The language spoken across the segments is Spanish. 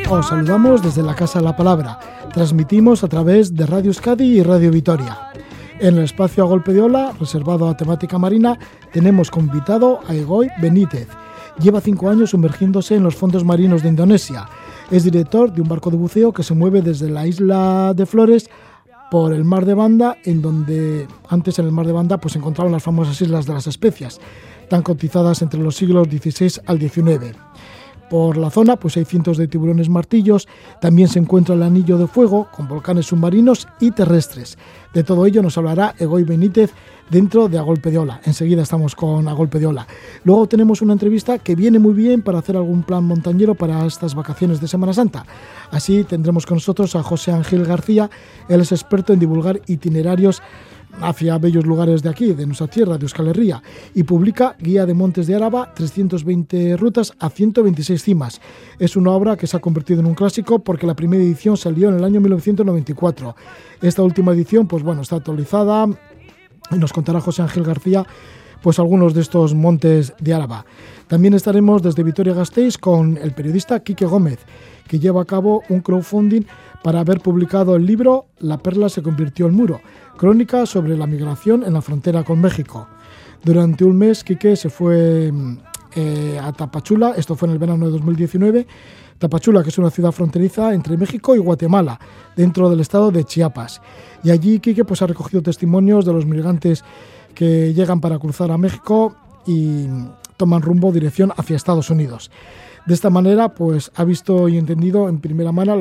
Os saludamos desde la Casa de la Palabra. Transmitimos a través de Radio Euskadi y Radio Vitoria. En el espacio A Golpe de Ola, reservado a temática marina, tenemos como invitado a Egoy Benítez. Lleva 5 años sumergiéndose en los fondos marinos de Indonesia. Es director de un barco de buceo que se mueve desde la isla de Flores por el mar de Banda, en donde antes en el mar de Banda pues, se encontraban las famosas Islas de las Especias, tan cotizadas entre los siglos XVI al XIX. Por la zona pues hay cientos de tiburones martillos, también se encuentra el Anillo de Fuego, con volcanes submarinos y terrestres. De todo ello nos hablará Egoy Benítez dentro de A Golpe de Ola. Enseguida estamos con A Golpe de Ola. Luego tenemos una entrevista que viene muy bien para hacer algún plan montañero para estas vacaciones de Semana Santa. Así tendremos con nosotros a José Ángel García. Él es experto en divulgar itinerarios hacia bellos lugares de aquí, de nuestra tierra, de Euskal Herria, y publica Guía de Montes de Araba, 320 rutas a 126 cimas. Es una obra que se ha convertido en un clásico porque la primera edición salió en el año 1994. Esta última edición, pues bueno, está actualizada y nos contará José Ángel García pues algunos de estos montes de Araba. También estaremos desde Vitoria-Gasteiz con el periodista Quique Gómez, que lleva a cabo un crowdfunding para haber publicado el libro La perla se convirtió en muro, crónica sobre la migración en la frontera con México. Durante un mes, Quique se fue a Tapachula, esto fue en el verano de 2019, Tapachula, que es una ciudad fronteriza entre México y Guatemala, dentro del estado de Chiapas. Y allí Quique pues, ha recogido testimonios de los migrantes que llegan para cruzar a México y toman rumbo dirección hacia Estados Unidos. De esta manera, pues ha visto y entendido en primera mano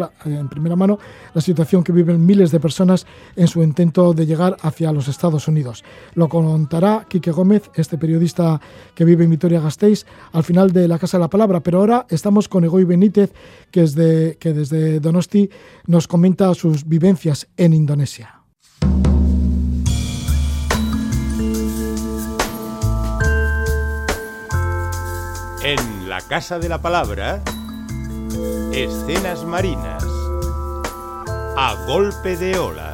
la situación que viven miles de personas en su intento de llegar hacia los Estados Unidos. Lo contará Quique Gómez, este periodista que vive en Vitoria-Gasteiz, al final de la Casa de la Palabra. Pero ahora estamos con Egoy Benítez, que desde Donosti nos comenta sus vivencias en Indonesia. En la Casa de la Palabra, escenas marinas, A Golpe de Ola.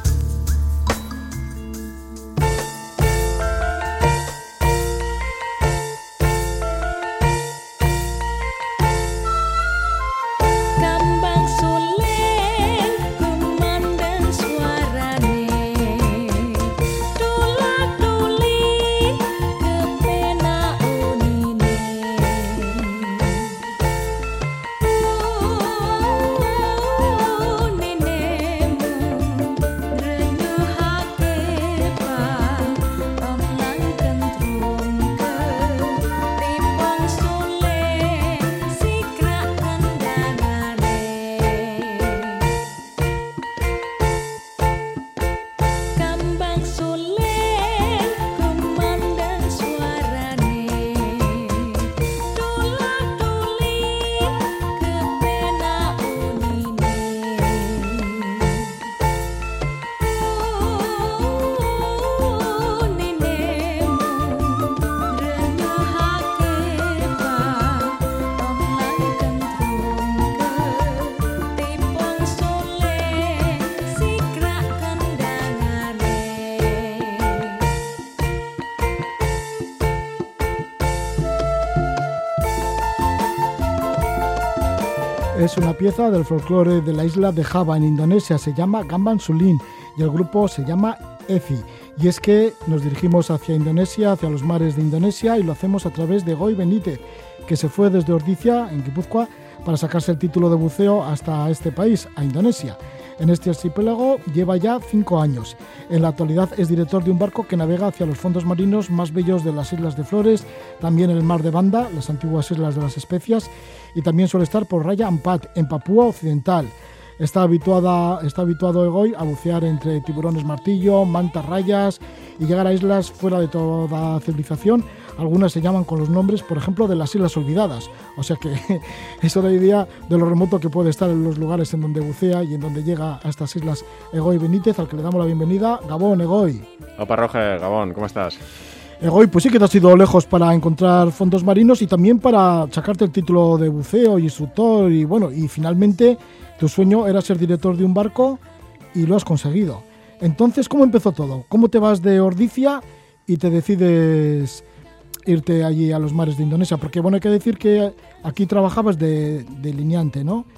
Es una pieza del folclore de la isla de Java en Indonesia, se llama Gamban Sulin y el grupo se llama EFI. Y es que nos dirigimos hacia Indonesia, hacia los mares de Indonesia, y lo hacemos a través de Egoy Benítez, que se fue desde Ordizia, en Guipúzcoa, para sacarse el título de buceo hasta este país, a Indonesia. En este archipiélago lleva ya 5 años. En la actualidad es director de un barco que navega hacia los fondos marinos más bellos de las Islas de Flores, también el mar de Banda, las antiguas Islas de las Especias, y también suele estar por Raya Ampat, en Papúa Occidental. Está habituado Egoy a bucear entre tiburones martillo, mantas rayas y llegar a islas fuera de toda civilización. Algunas se llaman con los nombres, por ejemplo, de las Islas Olvidadas. O sea que eso da idea de lo remoto que puede estar en los lugares en donde bucea y en donde llega a estas islas Egoy Benítez, al que le damos la bienvenida. Gabón, Egoy. Opa Roge, Gabón, ¿cómo estás? Egoy, pues sí que te has ido lejos para encontrar fondos marinos y también para sacarte el título de buceo y instructor. Y bueno, y finalmente tu sueño era ser director de un barco y lo has conseguido. Entonces, ¿cómo empezó todo? ¿Cómo te vas de Ordizia y te decides irte allí a los mares de Indonesia? Porque bueno, hay que decir que aquí trabajabas de lineante, ¿no?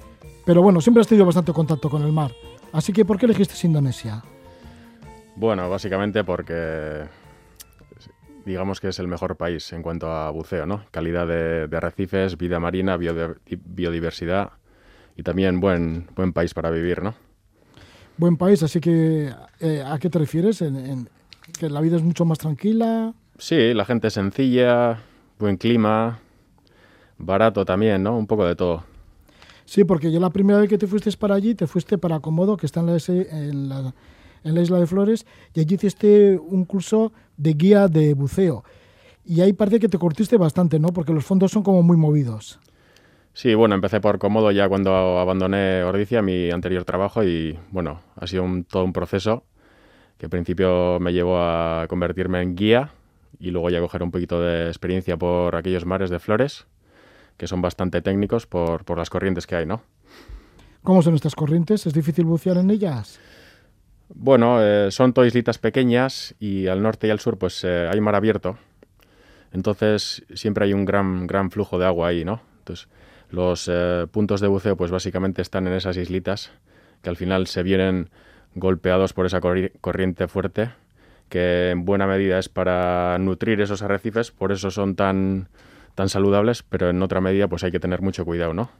Pero bueno, siempre has tenido bastante contacto con el mar. Así que, ¿por qué elegiste Indonesia? Bueno, básicamente porque digamos que es el mejor país en cuanto a buceo, ¿no? Calidad de arrecifes, vida marina, biodiversidad y también buen país para vivir, ¿no? Buen país, así que ¿a qué te refieres? ¿Que la vida es mucho más tranquila? Sí, la gente es sencilla, buen clima, barato también, ¿no? Un poco de todo. Sí, porque yo la primera vez que te fuiste para allí, te fuiste para Komodo, que está en la isla de Flores, y allí hiciste un curso de guía de buceo. Y ahí parece que te curtiste bastante, ¿no? Porque los fondos son como muy movidos. Sí, bueno, empecé por Komodo ya cuando abandoné Ordizia, mi anterior trabajo, y bueno, ha sido todo un proceso que al principio me llevó a convertirme en guía y luego ya coger un poquito de experiencia por aquellos mares de Flores, que son bastante técnicos por las corrientes que hay, ¿no? ¿Cómo son estas corrientes? ¿Es difícil bucear en ellas? Bueno, son todo islitas pequeñas y al norte y al sur pues hay mar abierto. Entonces siempre hay un gran flujo de agua ahí, ¿no? Entonces los puntos de buceo pues básicamente están en esas islitas que al final se vienen golpeados por esa corriente fuerte que en buena medida es para nutrir esos arrecifes, por eso son tan saludables, pero en otra medida pues hay que tener mucho cuidado, ¿no?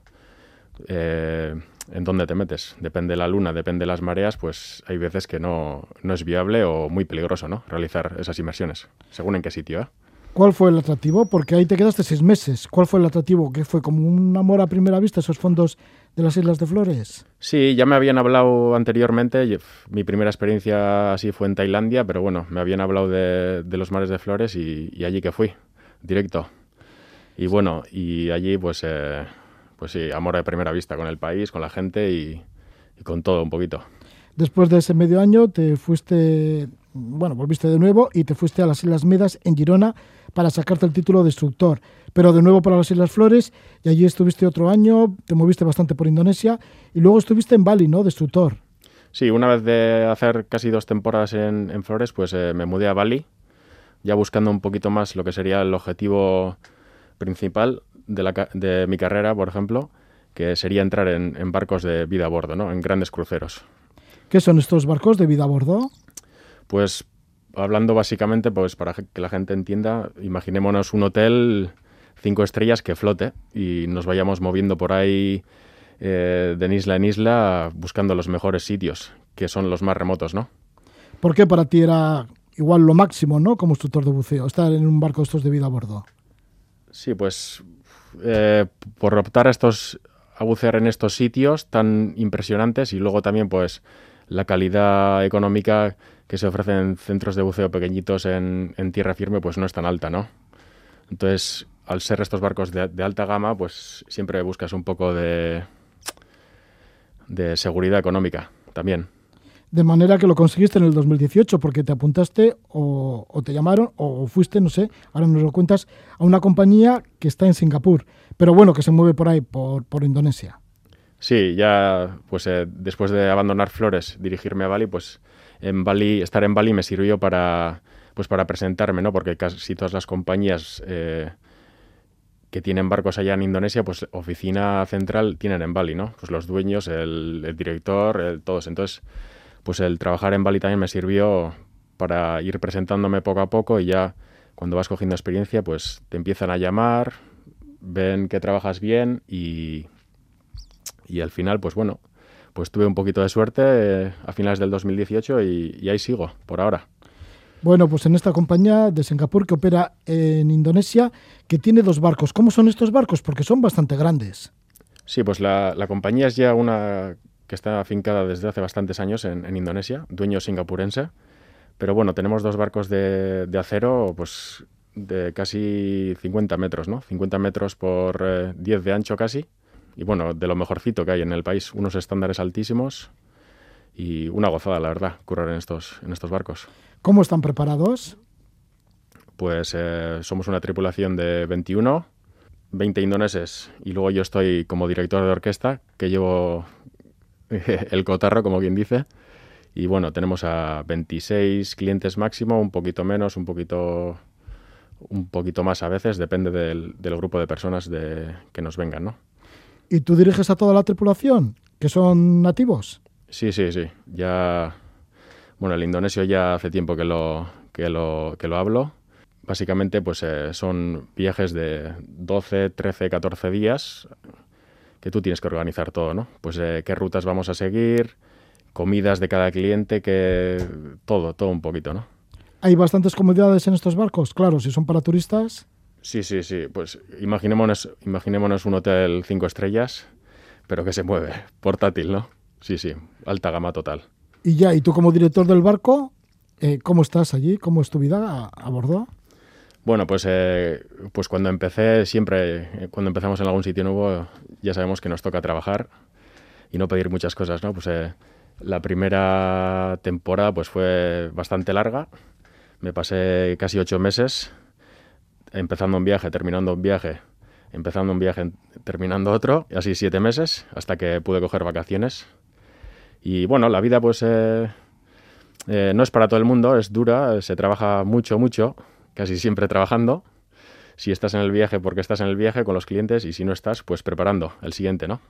En dónde te metes. Depende de la luna, depende de las mareas, pues hay veces que no es viable o muy peligroso, ¿no? Realizar esas inmersiones, según en qué sitio, ¿eh? ¿Cuál fue el atractivo? Porque ahí te quedaste 6 meses. ¿Cuál fue el atractivo? ¿Qué fue como un amor a primera vista esos fondos de las Islas de Flores? Sí, ya me habían hablado anteriormente. Mi primera experiencia así fue en Tailandia, pero bueno, me habían hablado de los mares de Flores y allí que fui, directo. Y bueno, y allí pues sí, amor a primera vista con el país, con la gente y con todo un poquito. Después de ese medio año te fuiste, volviste de nuevo y te fuiste a las Islas Medas en Girona para sacarte el título de instructor. Pero de nuevo para las Islas Flores y allí estuviste otro año, te moviste bastante por Indonesia y luego estuviste en Bali, ¿no? De instructor. Sí, una vez de hacer casi 2 temporadas en Flores, pues me mudé a Bali, ya buscando un poquito más lo que sería el objetivo principal de mi carrera, por ejemplo, que sería entrar en barcos de vida a bordo, ¿no? En grandes cruceros. ¿Qué son estos barcos de vida a bordo? Pues hablando básicamente, pues para que la gente entienda, imaginémonos un hotel 5 estrellas que flote y nos vayamos moviendo por ahí de isla en isla buscando los mejores sitios, que son los más remotos, ¿no? ¿Por qué para ti era igual lo máximo, ¿no? Como instructor de buceo, estar en un barco estos de vida a bordo. Sí, pues por optar a bucear en estos sitios tan impresionantes y luego también pues la calidad económica que se ofrece en centros de buceo pequeñitos en tierra firme pues no es tan alta, ¿no? Entonces, al ser estos barcos de alta gama, pues siempre buscas un poco de seguridad económica también. De manera que lo conseguiste en el 2018 porque te apuntaste o te llamaron o fuiste, no sé, ahora nos lo cuentas, a una compañía que está en Singapur, pero bueno, que se mueve por ahí, por Indonesia. Sí, ya pues después de abandonar Flores, dirigirme a Bali, pues estar en Bali me sirvió para presentarme, ¿no? Porque casi todas las compañías que tienen barcos allá en Indonesia, pues oficina central tienen en Bali, ¿no? Pues los dueños, el director, todos. Entonces, pues el trabajar en Bali también me sirvió para ir presentándome poco a poco y ya cuando vas cogiendo experiencia, pues te empiezan a llamar, ven que trabajas bien y al final, pues bueno, pues tuve un poquito de suerte a finales del 2018 y ahí sigo, por ahora. Bueno, pues en esta compañía de Singapur que opera en Indonesia, que tiene 2 barcos. ¿Cómo son estos barcos? Porque son bastante grandes. Sí, pues la compañía es ya una que está afincada desde hace bastantes años en Indonesia, dueño singapurense. Pero bueno, tenemos 2 barcos de acero, pues de casi 50 metros, ¿no? 50 metros por 10 de ancho casi. Y bueno, de lo mejorcito que hay en el país, unos estándares altísimos y una gozada, la verdad, currar en estos barcos. ¿Cómo están preparados? Pues somos una tripulación de 21, 20 indoneses y luego yo estoy como director de orquesta, que llevo el cotarro, como quien dice. Y bueno, tenemos a 26 clientes máximo, un poquito menos, un poquito más a veces, depende del grupo de personas que nos vengan, ¿no? ¿Y tú diriges a toda la tripulación, que son nativos? Sí. Ya, bueno, el indonesio ya hace tiempo que lo hablo. Básicamente, pues son viajes de 12, 13, 14 días que tú tienes que organizar todo, ¿no? Pues qué rutas vamos a seguir, comidas de cada cliente, todo un poquito, ¿no? ¿Hay bastantes comodidades en estos barcos? Claro, si son para turistas. Sí. Pues imaginémonos un hotel 5 estrellas, pero que se mueve, portátil, ¿no? Sí, alta gama total. Y tú como director del barco, ¿cómo estás allí? ¿Cómo es tu vida a bordo? Bueno, pues cuando cuando empezamos en algún sitio nuevo, ya sabemos que nos toca trabajar y no pedir muchas cosas, ¿no? Pues la primera temporada pues fue bastante larga. Me pasé casi 8 meses empezando un viaje, terminando un viaje, empezando un viaje, terminando otro, y así 7 meses, hasta que pude coger vacaciones. Y bueno, la vida pues no es para todo el mundo, es dura, se trabaja mucho, casi siempre trabajando. Si estás en el viaje, porque estás en el viaje con los clientes, y si no estás, pues preparando el siguiente, ¿no?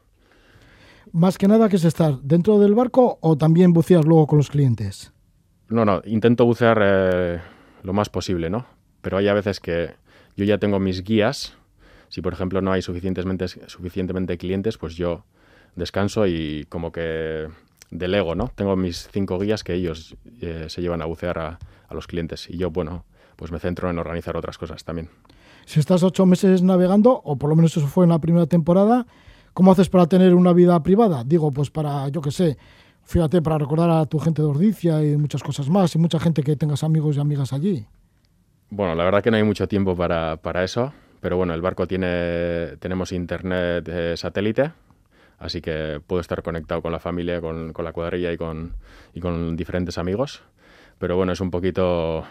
Más que nada, ¿qué es estar dentro del barco o también buceas luego con los clientes? No, intento bucear lo más posible, ¿no? Pero hay a veces que yo ya tengo mis guías. Si, por ejemplo, no hay suficientemente clientes, pues yo descanso y como que delego, ¿no? Tengo mis 5 guías que ellos se llevan a bucear a los clientes. Y yo, bueno, pues me centro en organizar otras cosas también. Si estás 8 meses navegando, o por lo menos eso fue en la primera temporada, ¿cómo haces para tener una vida privada? Digo, pues para, yo qué sé, fíjate, para recordar a tu gente de Ordicia y muchas cosas más, y mucha gente que tengas amigos y amigas allí. Bueno, la verdad que no hay mucho tiempo para eso, pero bueno, el barco tenemos internet satélite, así que puedo estar conectado con la familia, con la cuadrilla y con diferentes amigos. Pero bueno, es un poquito,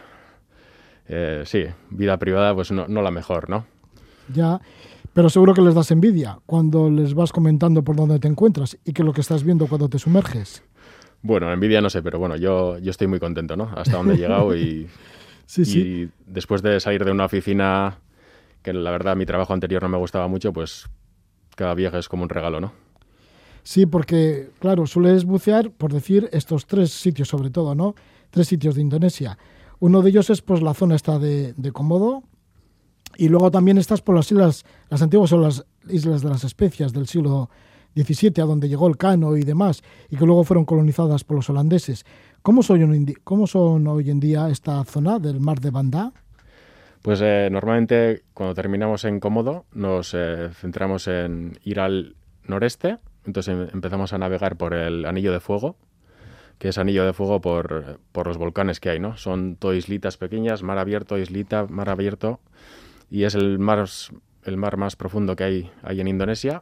sí, vida privada, pues no la mejor, ¿no? Ya, pero seguro que les das envidia cuando les vas comentando por dónde te encuentras y qué es lo que estás viendo cuando te sumerges. Bueno, envidia no sé, pero bueno, yo estoy muy contento, ¿no? Hasta donde he llegado y... Sí. Y después de salir de una oficina, que la verdad mi trabajo anterior no me gustaba mucho, pues cada viaje es como un regalo, ¿no? Sí, porque, claro, sueles bucear, por decir, estos 3 sitios sobre todo, ¿no? 3 sitios de Indonesia. Uno de ellos es pues la zona esta de Komodo, y luego también estás por las islas, las antiguas son las islas de las especias del siglo XVII, a donde llegó el Cano y demás, y que luego fueron colonizadas por los holandeses. ¿Cómo son hoy en día esta zona del mar de Banda? Pues normalmente cuando terminamos en Komodo nos centramos en ir al noreste, entonces empezamos a navegar por el Anillo de Fuego, que es anillo de fuego por los volcanes que hay, ¿no? Son todo islitas pequeñas, mar abierto, islita, mar abierto, y es el mar más profundo que hay en Indonesia.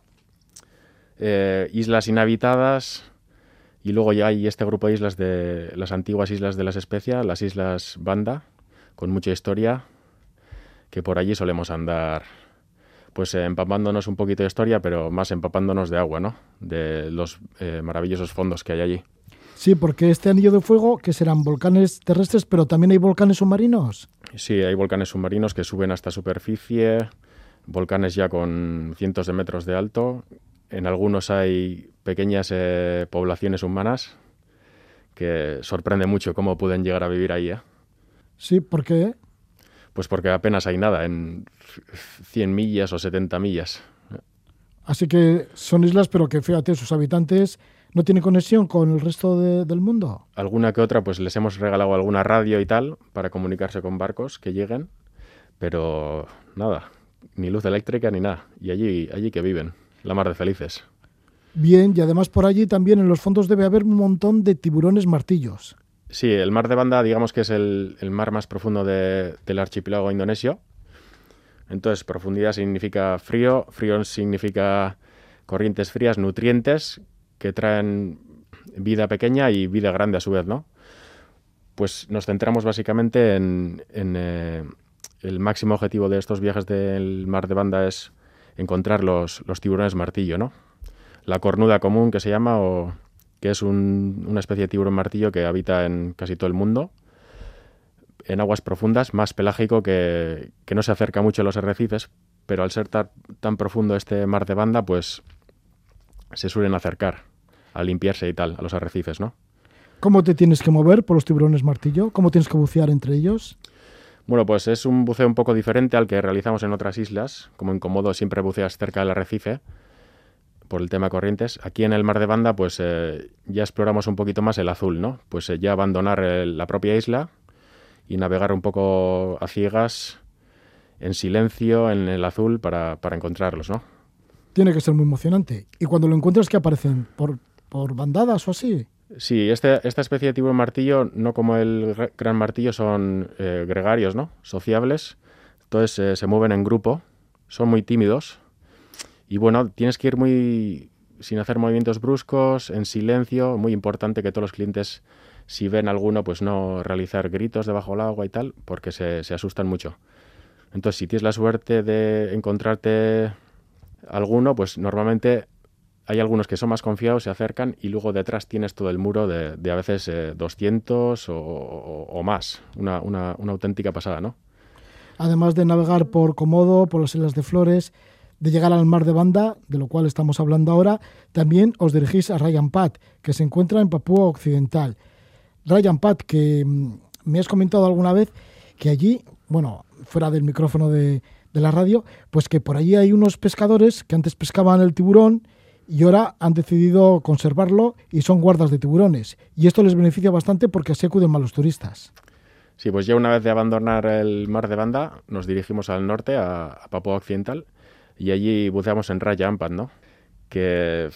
Islas inhabitadas. Y luego ya hay este grupo de islas, de las antiguas islas de las especias, las islas Banda, con mucha historia, que por allí solemos andar, pues empapándonos un poquito de historia, pero más empapándonos de agua, ¿no? De los maravillosos fondos que hay allí. Sí, porque este anillo de fuego, que serán volcanes terrestres, pero también hay volcanes submarinos. Sí, hay volcanes submarinos que suben hasta superficie, volcanes ya con cientos de metros de alto. En algunos hay pequeñas poblaciones humanas que sorprende mucho cómo pueden llegar a vivir ahí, ¿eh? Sí, ¿por qué? Pues porque apenas hay nada, en 100 millas o 70 millas. Así que son islas, pero que fíjate, sus habitantes no tienen conexión con el resto del mundo. Alguna que otra, pues les hemos regalado alguna radio y tal para comunicarse con barcos que lleguen, pero nada, ni luz eléctrica ni nada. Y allí que viven, la mar de felices. Bien, y además por allí también en los fondos debe haber un montón de tiburones martillos. Sí, el mar de Banda digamos que es el mar más profundo del archipiélago indonesio. Entonces, profundidad significa frío, frío significa corrientes frías, nutrientes que traen vida pequeña y vida grande a su vez, ¿no? Pues nos centramos básicamente en el máximo objetivo de estos viajes del mar de Banda es encontrar los tiburones martillo, ¿no? La cornuda común que se llama, o que es una especie de tiburón martillo que habita en casi todo el mundo, en aguas profundas, más pelágico que no se acerca mucho a los arrecifes, pero al ser tan profundo este mar de Banda, pues se suelen acercar a limpiarse y tal, a los arrecifes, ¿no? ¿Cómo te tienes que mover por los tiburones martillo? ¿Cómo tienes que bucear entre ellos? Bueno, pues es un buceo un poco diferente al que realizamos en otras islas. Como en Komodo siempre buceas cerca del arrecife por el tema corrientes. Aquí en el Mar de Banda pues ya exploramos un poquito más el azul, ¿no? Pues ya abandonar la propia isla y navegar un poco a ciegas, en silencio, en el azul para encontrarlos, ¿no? Tiene que ser muy emocionante. ¿Y cuando lo encuentras, qué aparecen? ¿Por bandadas o así? Sí, esta especie de tiburón martillo, no como el gran martillo, son gregarios, ¿no? Sociables. Entonces se mueven en grupo, son muy tímidos. Y bueno, tienes que ir sin hacer movimientos bruscos, en silencio. Muy importante que todos los clientes, si ven alguno, pues no realizar gritos debajo del agua y tal, porque se asustan mucho. Entonces, si tienes la suerte de encontrarte alguno, pues normalmente hay algunos que son más confiados, se acercan y luego detrás tienes todo el muro de a veces 200 o más. Una auténtica pasada, ¿no? Además de navegar por Komodo, por las Islas de Flores, de llegar al Mar de Banda, de lo cual estamos hablando ahora, también os dirigís a Ryan Pat, que se encuentra en Papúa Occidental. Ryan Pat, que me has comentado alguna vez que allí, bueno, fuera del micrófono de la radio, pues que por allí hay unos pescadores que antes pescaban el tiburón y ahora han decidido conservarlo y son guardas de tiburones. Y esto les beneficia bastante porque así acuden más los turistas. Sí, pues ya una vez de abandonar el Mar de Banda, nos dirigimos al norte, a Papúa Occidental, y allí buceamos en Raja Ampat, ¿no? Que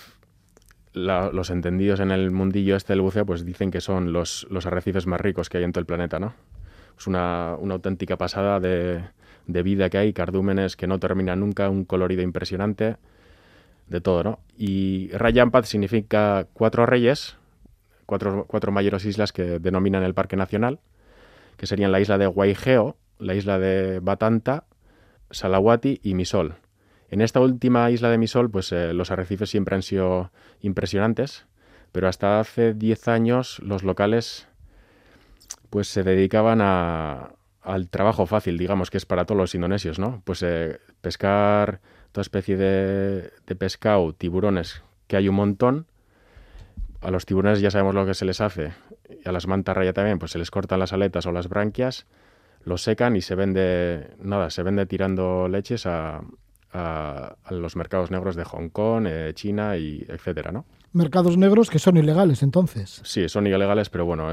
los entendidos en el mundillo este del buceo pues dicen que son los arrecifes más ricos que hay en todo el planeta, ¿no? Es una auténtica pasada de vida que hay, cardúmenes que no terminan nunca, un colorido impresionante, de todo, ¿no? Y Raja Ampat significa 4 reyes, cuatro mayores islas que denominan el Parque Nacional, que serían la isla de Waigeo, la isla de Batanta, Salawati y Misol. En esta última isla de Misol, pues los arrecifes siempre han sido impresionantes, pero hasta hace 10 años los locales pues se dedicaban al trabajo fácil, digamos, que es para todos los indonesios, ¿no? Pues pescar toda especie de pescado, tiburones, que hay un montón. A los tiburones ya sabemos lo que se les hace, y a las mantarraya también, pues se les cortan las aletas o las branquias, los secan y se vende tirando leches a los mercados negros de Hong Kong, China y etcétera, ¿no? Mercados negros que son ilegales, entonces. Sí, son ilegales, pero bueno,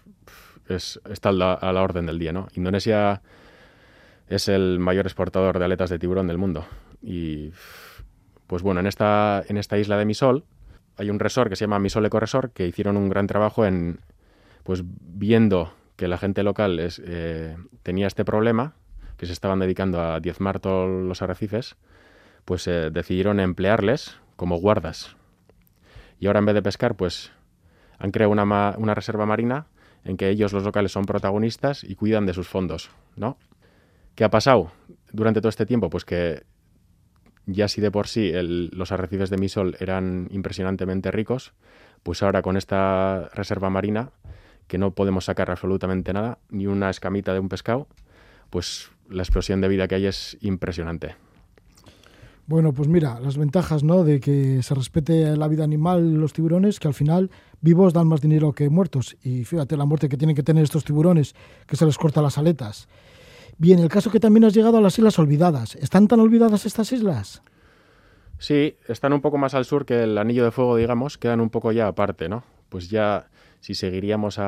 está a la orden del día, ¿no? Indonesia es el mayor exportador de aletas de tiburón del mundo. Y pues bueno, en esta isla de Misol hay un resort que se llama Misol Eco Resort, que hicieron un gran trabajo en, pues viendo que la gente local tenía este problema, que se estaban dedicando a diezmar todos los arrecifes, pues decidieron emplearles como guardas. Y ahora en vez de pescar, pues han creado una reserva marina en que ellos, los locales, son protagonistas y cuidan de sus fondos, ¿no? ¿Qué ha pasado durante todo este tiempo? Pues que ya si de por sí los arrecifes de Misol eran impresionantemente ricos, pues ahora con esta reserva marina, que no podemos sacar absolutamente nada, ni una escamita de un pescado, pues la explosión de vida que hay es impresionante. Bueno, pues mira, las ventajas, ¿no?, de que se respete la vida animal, los tiburones, que al final vivos dan más dinero que muertos. Y fíjate la muerte que tienen que tener estos tiburones, que se les corta las aletas. Bien, el caso que también has llegado a las Islas Olvidadas. ¿Están tan olvidadas estas islas? Sí, están un poco más al sur que el Anillo de Fuego, digamos, quedan un poco ya aparte, ¿no? Pues ya, si seguiríamos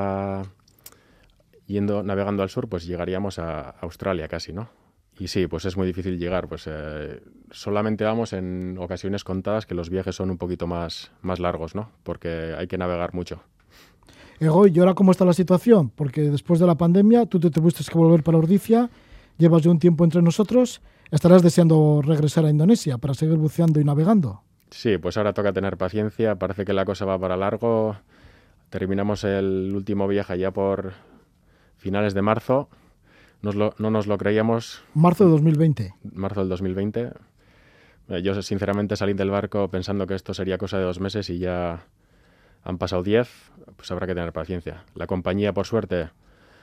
navegando al sur, pues llegaríamos a Australia casi, ¿no? Y sí, pues es muy difícil llegar, pues solamente vamos en ocasiones contadas, que los viajes son un poquito más largos, ¿no? Porque hay que navegar mucho. Egoy, ¿y ahora cómo está la situación? Porque después de la pandemia tú te tuviste que volver para Ordizia, llevas ya un tiempo entre nosotros, estarás deseando regresar a Indonesia para seguir buceando y navegando. Sí, pues ahora toca tener paciencia, parece que la cosa va para largo. Terminamos el último viaje ya por finales de marzo. No nos lo creíamos. Marzo de 2020. Marzo del 2020. Yo sinceramente salí del barco pensando que esto sería cosa de 2 meses y ya han pasado 10, pues habrá que tener paciencia. La compañía, por suerte,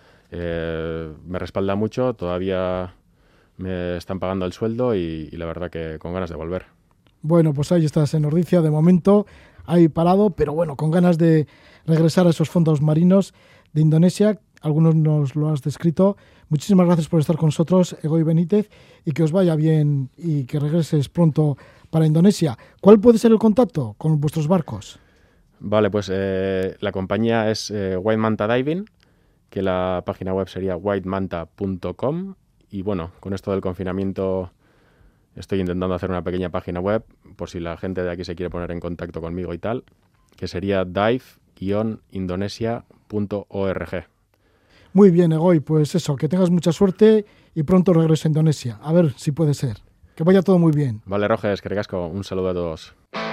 me respalda mucho, todavía me están pagando el sueldo y la verdad que con ganas de volver. Bueno, pues ahí estás en Ordizia de momento, ahí parado, pero bueno, con ganas de regresar a esos fondos marinos de Indonesia. Algunos nos lo has descrito. Muchísimas gracias por estar con nosotros, Egoy Benítez, y que os vaya bien y que regreses pronto para Indonesia. ¿Cuál puede ser el contacto con vuestros barcos? Vale, pues la compañía es White Manta Diving, que la página web sería whitemanta.com, y bueno, con esto del confinamiento estoy intentando hacer una pequeña página web por si la gente de aquí se quiere poner en contacto conmigo y tal, que sería dive-indonesia.org. Muy bien, Egoy, pues eso, que tengas mucha suerte y pronto regreso a Indonesia. A ver si puede ser. Que vaya todo muy bien. Vale, Roges, eskerrik asko, un saludo a todos.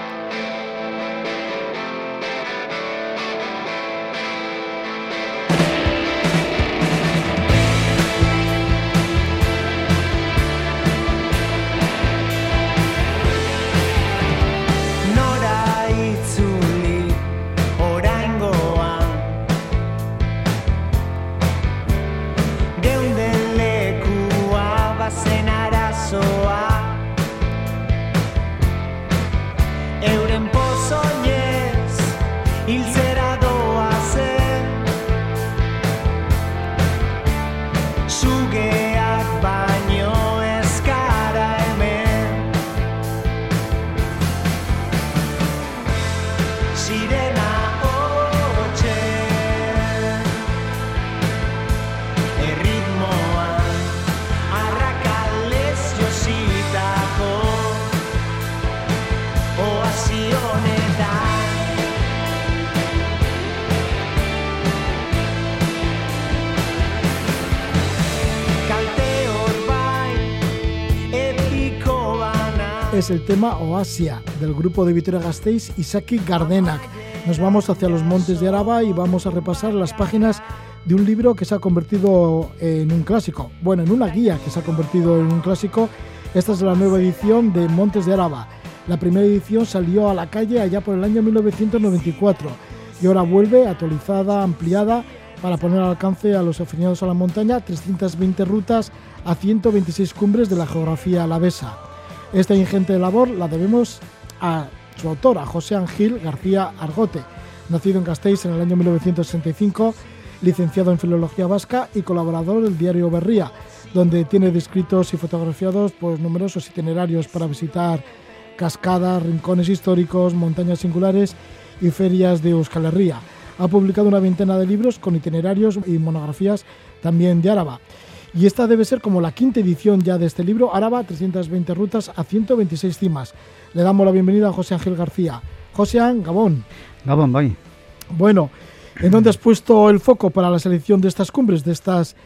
Es el tema Oasia del grupo de Vitoria-Gasteiz Izaki Gardenak. Nos vamos hacia los montes de Araba y vamos a repasar las páginas de un libro que se ha convertido en un clásico. Bueno, en una guía que se ha convertido en un clásico. Esta es la nueva edición de Montes de Araba. La primera edición salió a la calle allá por el año 1994 y ahora vuelve actualizada, ampliada, para poner al alcance a los aficionados a la montaña 320 rutas a 126 cumbres de la geografía alavesa. Esta ingente labor la debemos a su autor, a José Ángel García Argote, nacido en Gasteiz en el año 1965, licenciado en Filología Vasca y colaborador del diario Berria, donde tiene descritos y fotografiados pues, numerosos itinerarios para visitar cascadas, rincones históricos, montañas singulares y ferias de Euskal Herria. Ha publicado una veintena de libros con itinerarios y monografías también de Áraba. Y esta debe ser como la quinta edición ya de este libro, Áraba, 320 rutas a 126 cimas. Le damos la bienvenida a José Ángel García. José Ángel, Gabón. Gabón, bye. Bueno, ¿en dónde has puesto el foco para la selección de estas cumbres, de estas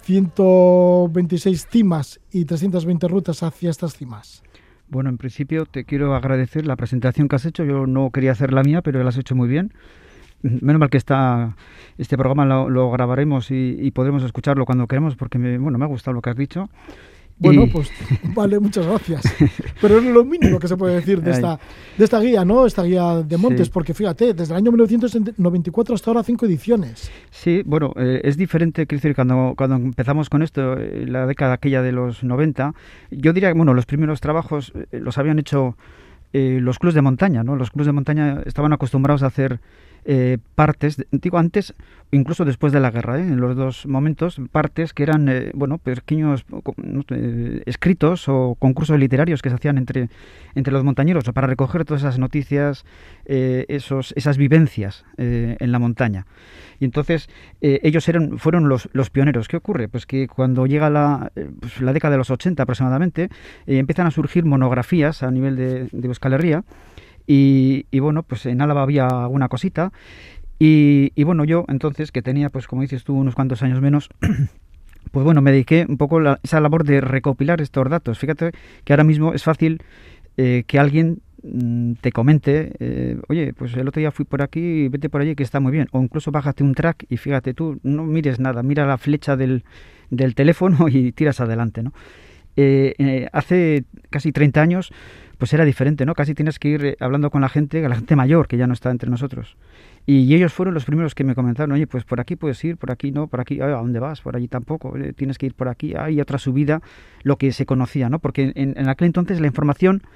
126 cimas y 320 rutas hacia estas cimas? Bueno, en principio te quiero agradecer la presentación que has hecho. Yo no quería hacer la mía, pero la has hecho muy bien. Menos mal que este programa lo grabaremos y podremos escucharlo cuando queramos, porque me ha gustado lo que has dicho. Bueno, pues vale, muchas gracias. Pero es lo mínimo que se puede decir de esta guía, ¿no? Esta guía de montes, sí. Porque fíjate, desde el año 1994 hasta ahora 5 ediciones. Sí, bueno, es diferente, quiero decir, cuando empezamos con esto, la década aquella de los 90, yo diría que, los primeros trabajos los habían hecho los clubs de montaña, ¿no? Los clubs de montaña estaban acostumbrados a hacer partes, digo antes, incluso después de la guerra, en los dos momentos, partes que eran, pequeños escritos o concursos literarios que se hacían entre los montañeros para recoger todas esas noticias, esas vivencias en la montaña. Y entonces ellos fueron los pioneros. ¿Qué ocurre? Pues que cuando llega la década de los 80 aproximadamente, empiezan a surgir monografías a nivel de Euskal Herria. Y bueno, pues en Álava había alguna cosita y bueno, yo entonces, que tenía, pues como dices tú, unos cuantos años menos, pues bueno, me dediqué un poco a esa labor de recopilar estos datos. Fíjate que ahora mismo es fácil que alguien te comente, oye, pues el otro día fui por aquí, vete por allí que está muy bien, o incluso bájate un track y fíjate tú, no mires nada, mira la flecha del teléfono y tiras adelante, ¿no? Hace casi 30 años pues era diferente, ¿no? Casi tienes que ir hablando con la gente mayor que ya no está entre nosotros. Y ellos fueron los primeros que me comentaron, oye, pues por aquí puedes ir, por aquí no, por aquí, ¿a dónde vas? Por allí tampoco, tienes que ir por aquí, hay otra subida, lo que se conocía, ¿no? Porque en aquel entonces la información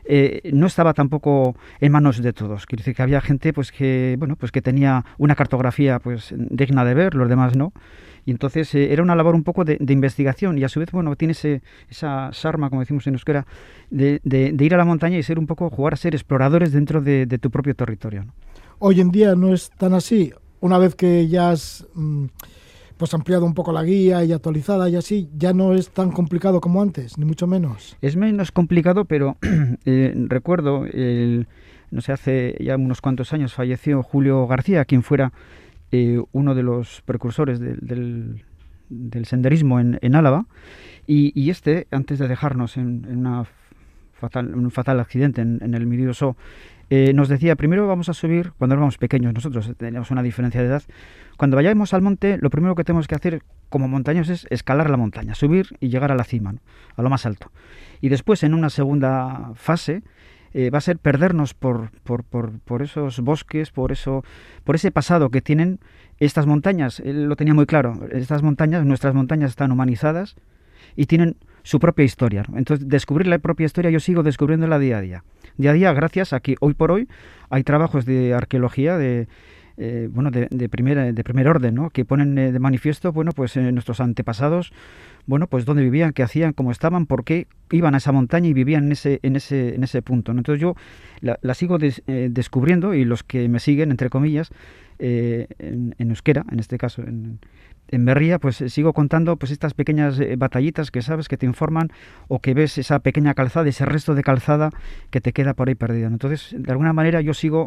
no estaba tampoco en manos de todos. Quiere decir que había gente pues que tenía una cartografía pues digna de ver, los demás no. Y entonces era una labor un poco de investigación y a su vez, tiene esa sarma, como decimos en euskera, de ir a la montaña y ser un poco, jugar a ser exploradores dentro de tu propio territorio, ¿no? Hoy en día no es tan así. Una vez que ya has pues ampliado un poco la guía y actualizada y así, ya no es tan complicado como antes, ni mucho menos. Es menos complicado, pero recuerdo, no sé, hace ya unos cuantos años falleció Julio García, quien fuera uno de los precursores del senderismo en Álava, y antes de dejarnos en un fatal accidente en el Miridoso, nos decía, primero vamos a subir, cuando éramos pequeños nosotros, teníamos una diferencia de edad, cuando vayamos al monte, lo primero que tenemos que hacer como montañeros es escalar la montaña, subir y llegar a la cima, ¿no? A lo más alto. Y después, en una segunda fase, va a ser perdernos por esos bosques, por ese pasado que tienen estas montañas. Él lo tenía muy claro. Nuestras montañas están humanizadas y tienen su propia historia, ¿no? Entonces, descubrir la propia historia, yo sigo descubriéndola día a día. Día a día, gracias a que hoy por hoy hay trabajos de arqueología de primer orden, ¿no? Que ponen de manifiesto, nuestros antepasados, pues dónde vivían, qué hacían, cómo estaban, por qué iban a esa montaña y vivían en ese punto, ¿no? Entonces yo la sigo descubriendo, y los que me siguen, entre comillas, en euskera, en este caso en berría, pues sigo contando pues estas pequeñas batallitas que sabes, que te informan, o que ves esa pequeña calzada, ese resto de calzada que te queda por ahí perdida, ¿no? Entonces, de alguna manera yo sigo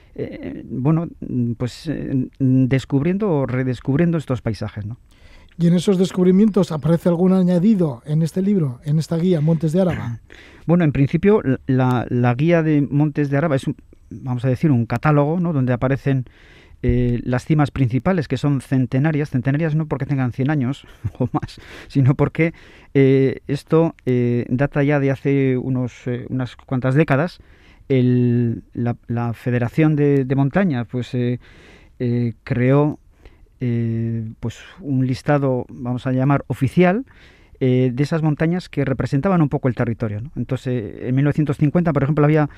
descubriendo o redescubriendo estos paisajes, ¿no? ¿Y en esos descubrimientos aparece algún añadido en este libro, en esta guía Montes de Araba? Bueno, en principio la guía de Montes de Araba es, vamos a decir, un catálogo, ¿no? Donde aparecen las cimas principales, que son centenarias no porque tengan 100 años o más, sino porque esto data ya de hace unas cuantas décadas. La Federación de Montaña pues creó pues un listado, vamos a llamar oficial, de esas montañas que representaban un poco el territorio, ¿no? Entonces, en 1950, por ejemplo, había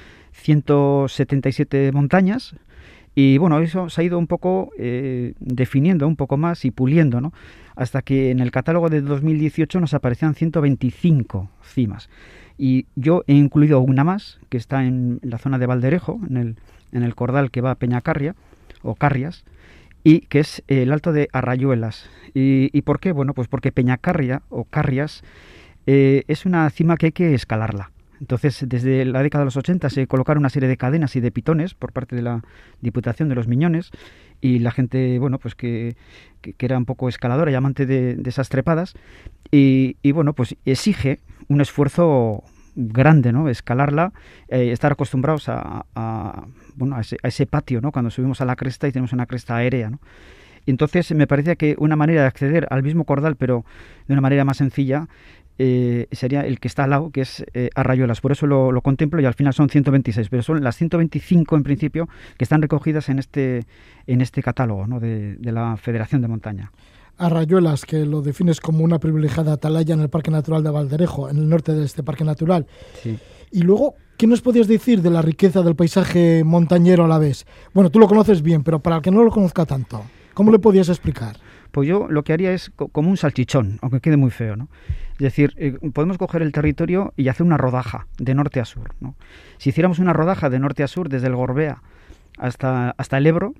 177 montañas, y eso se ha ido un poco definiendo un poco más y puliendo, ¿no? Hasta que en el catálogo de 2018 nos aparecían 125 cimas. Y yo he incluido una más, que está en la zona de Valderejo, en el cordal que va a Peñacarria, o Carrias, y que es el Alto de Arrayuelas. ¿Y por qué? Bueno, pues porque Peñacarria, o Carrias, es una cima que hay que escalarla. Entonces, desde la década de los 80 se colocaron una serie de cadenas y de pitones por parte de la Diputación de los Miñones, y la gente, pues que era un poco escaladora y amante de esas trepadas, y pues exige un esfuerzo grande, ¿no? Escalarla, estar acostumbrados a ese patio, ¿no? Cuando subimos a la cresta y tenemos una cresta aérea, ¿no? Entonces me parecía que una manera de acceder al mismo cordal, pero de una manera más sencilla, sería el que está al lado, que es Arrayuelas. Por eso lo contemplo, y al final son 126, pero son las 125 en principio que están recogidas en este catálogo, ¿no? de la Federación de Montaña. Arrayuelas, que lo defines como una privilegiada atalaya en el Parque Natural de Valderejo, en el norte de este parque natural. Sí. Y luego, ¿qué nos podías decir de la riqueza del paisaje montañero a la vez? Bueno, tú lo conoces bien, pero para el que no lo conozca tanto, ¿cómo le podías explicar? Pues yo lo que haría es como un salchichón, aunque quede muy feo, ¿no? Es decir, podemos coger el territorio y hacer una rodaja de norte a sur, ¿no? Si hiciéramos una rodaja de norte a sur, desde el Gorbea hasta el Ebro,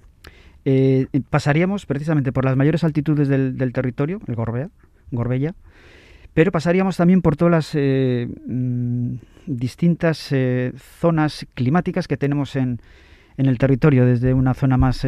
pasaríamos precisamente por las mayores altitudes del territorio, el Gorbella, pero pasaríamos también por todas las distintas zonas climáticas que tenemos en el territorio, desde una zona más,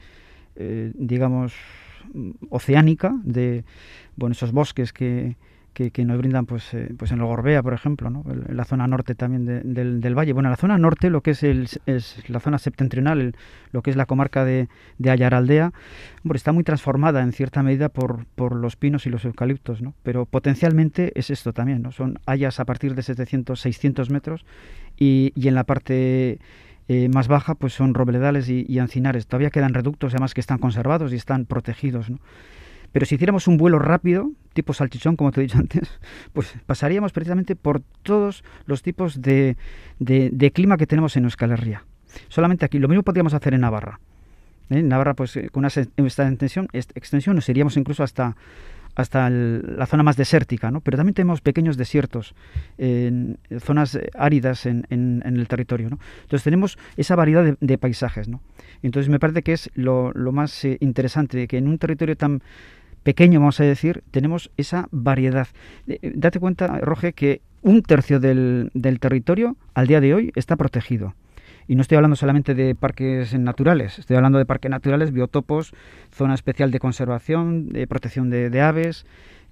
digamos, oceánica, de esos bosques que nos brindan pues en el Gorbea, por ejemplo, ¿no? En la zona norte también del valle. Bueno, en la zona norte, lo que es la zona septentrional, lo que es la comarca de Ayaraldea, está muy transformada en cierta medida por los pinos y los eucaliptos, ¿no? Pero potencialmente es esto también, ¿no? Son hayas a partir de 700, 600 metros, y en la parte más baja pues son robledales y encinares. Todavía quedan reductos, además, que están conservados y están protegidos, ¿no? Pero si hiciéramos un vuelo rápido, tipo salchichón, como te he dicho antes, pues pasaríamos precisamente por todos los tipos de clima que tenemos en Euskal Herria. Solamente aquí. Lo mismo podríamos hacer en Navarra. En Navarra, pues con esta extensión nos iríamos incluso hasta la zona más desértica, ¿no? Pero también tenemos pequeños desiertos, zonas áridas en el territorio, ¿no? Entonces tenemos esa variedad de paisajes, ¿no? Entonces me parece que es lo más interesante, que en un territorio tan pequeño, vamos a decir, tenemos esa variedad. Date cuenta, Roge, que 1/3 del territorio al día de hoy está protegido. Y no estoy hablando solamente de parques naturales, estoy hablando de parques naturales, biotopos, zona especial de conservación, de protección de aves,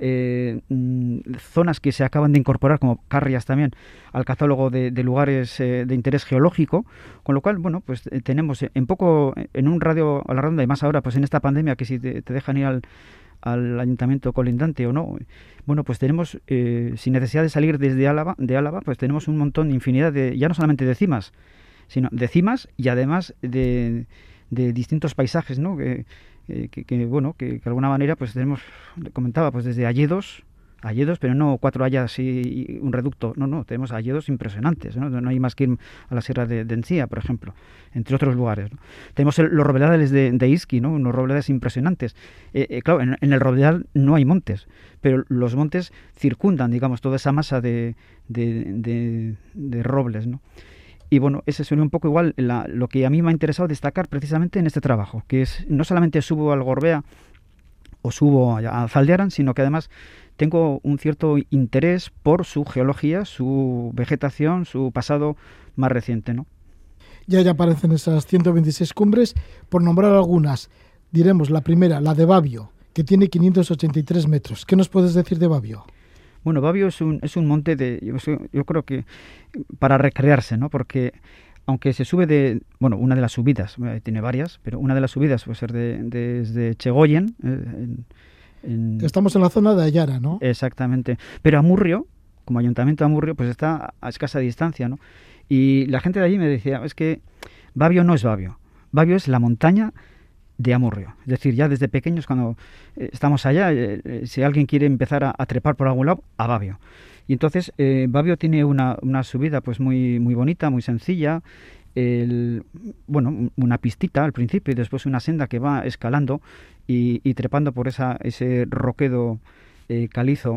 zonas que se acaban de incorporar, como Carrias también, al catálogo de lugares de interés geológico, con lo cual, bueno, pues tenemos en un radio a la redonda, y más ahora, pues en esta pandemia, que si te dejan ir al ayuntamiento colindante o no, bueno, pues tenemos, sin necesidad de salir desde Álava, pues tenemos un montón, infinidad ya no solamente de cimas, sino de cimas y además de distintos paisajes, ¿no? Que de alguna manera pues tenemos, comentaba, pues desde alledos, pero no 4 hayas y un reducto, no, tenemos alledos impresionantes, no hay más que ir a la Sierra de Encía, por ejemplo, entre otros lugares, ¿no? Tenemos los robledales de Izqui, ¿no? Unos robledales impresionantes. Claro, en el robledal no hay montes, pero los montes circundan, digamos, toda esa masa de robles, ¿no? Y bueno, ese sería un poco igual lo que a mí me ha interesado destacar precisamente en este trabajo, que es no solamente subo al Gorbea o subo a Zaldiaran, sino que además tengo un cierto interés por su geología, su vegetación, su pasado más reciente, ¿no? Ya aparecen esas 126 cumbres, por nombrar algunas. Diremos la primera, la de Babio, que tiene 583 metros. ¿Qué nos puedes decir de Babio? Bueno, Babio es un monte yo creo que para recrearse, ¿no? Porque aunque se sube una de las subidas, tiene varias, pero una de las subidas puede ser desde Chegoyen. Estamos en la zona de Ayara, ¿no? Exactamente. Pero Amurrio, como ayuntamiento de Amurrio, pues está a escasa distancia, ¿no? Y la gente de allí me decía, es que Babio no es Babio. Babio es la montaña de Amurrio. Es decir, ya desde pequeños, cuando estamos allá, si alguien quiere empezar a trepar por algún lado, a Babio. Y entonces Babio tiene una subida pues muy, muy bonita, muy sencilla, una pistita al principio y después una senda que va escalando y trepando por ese roquedo calizo,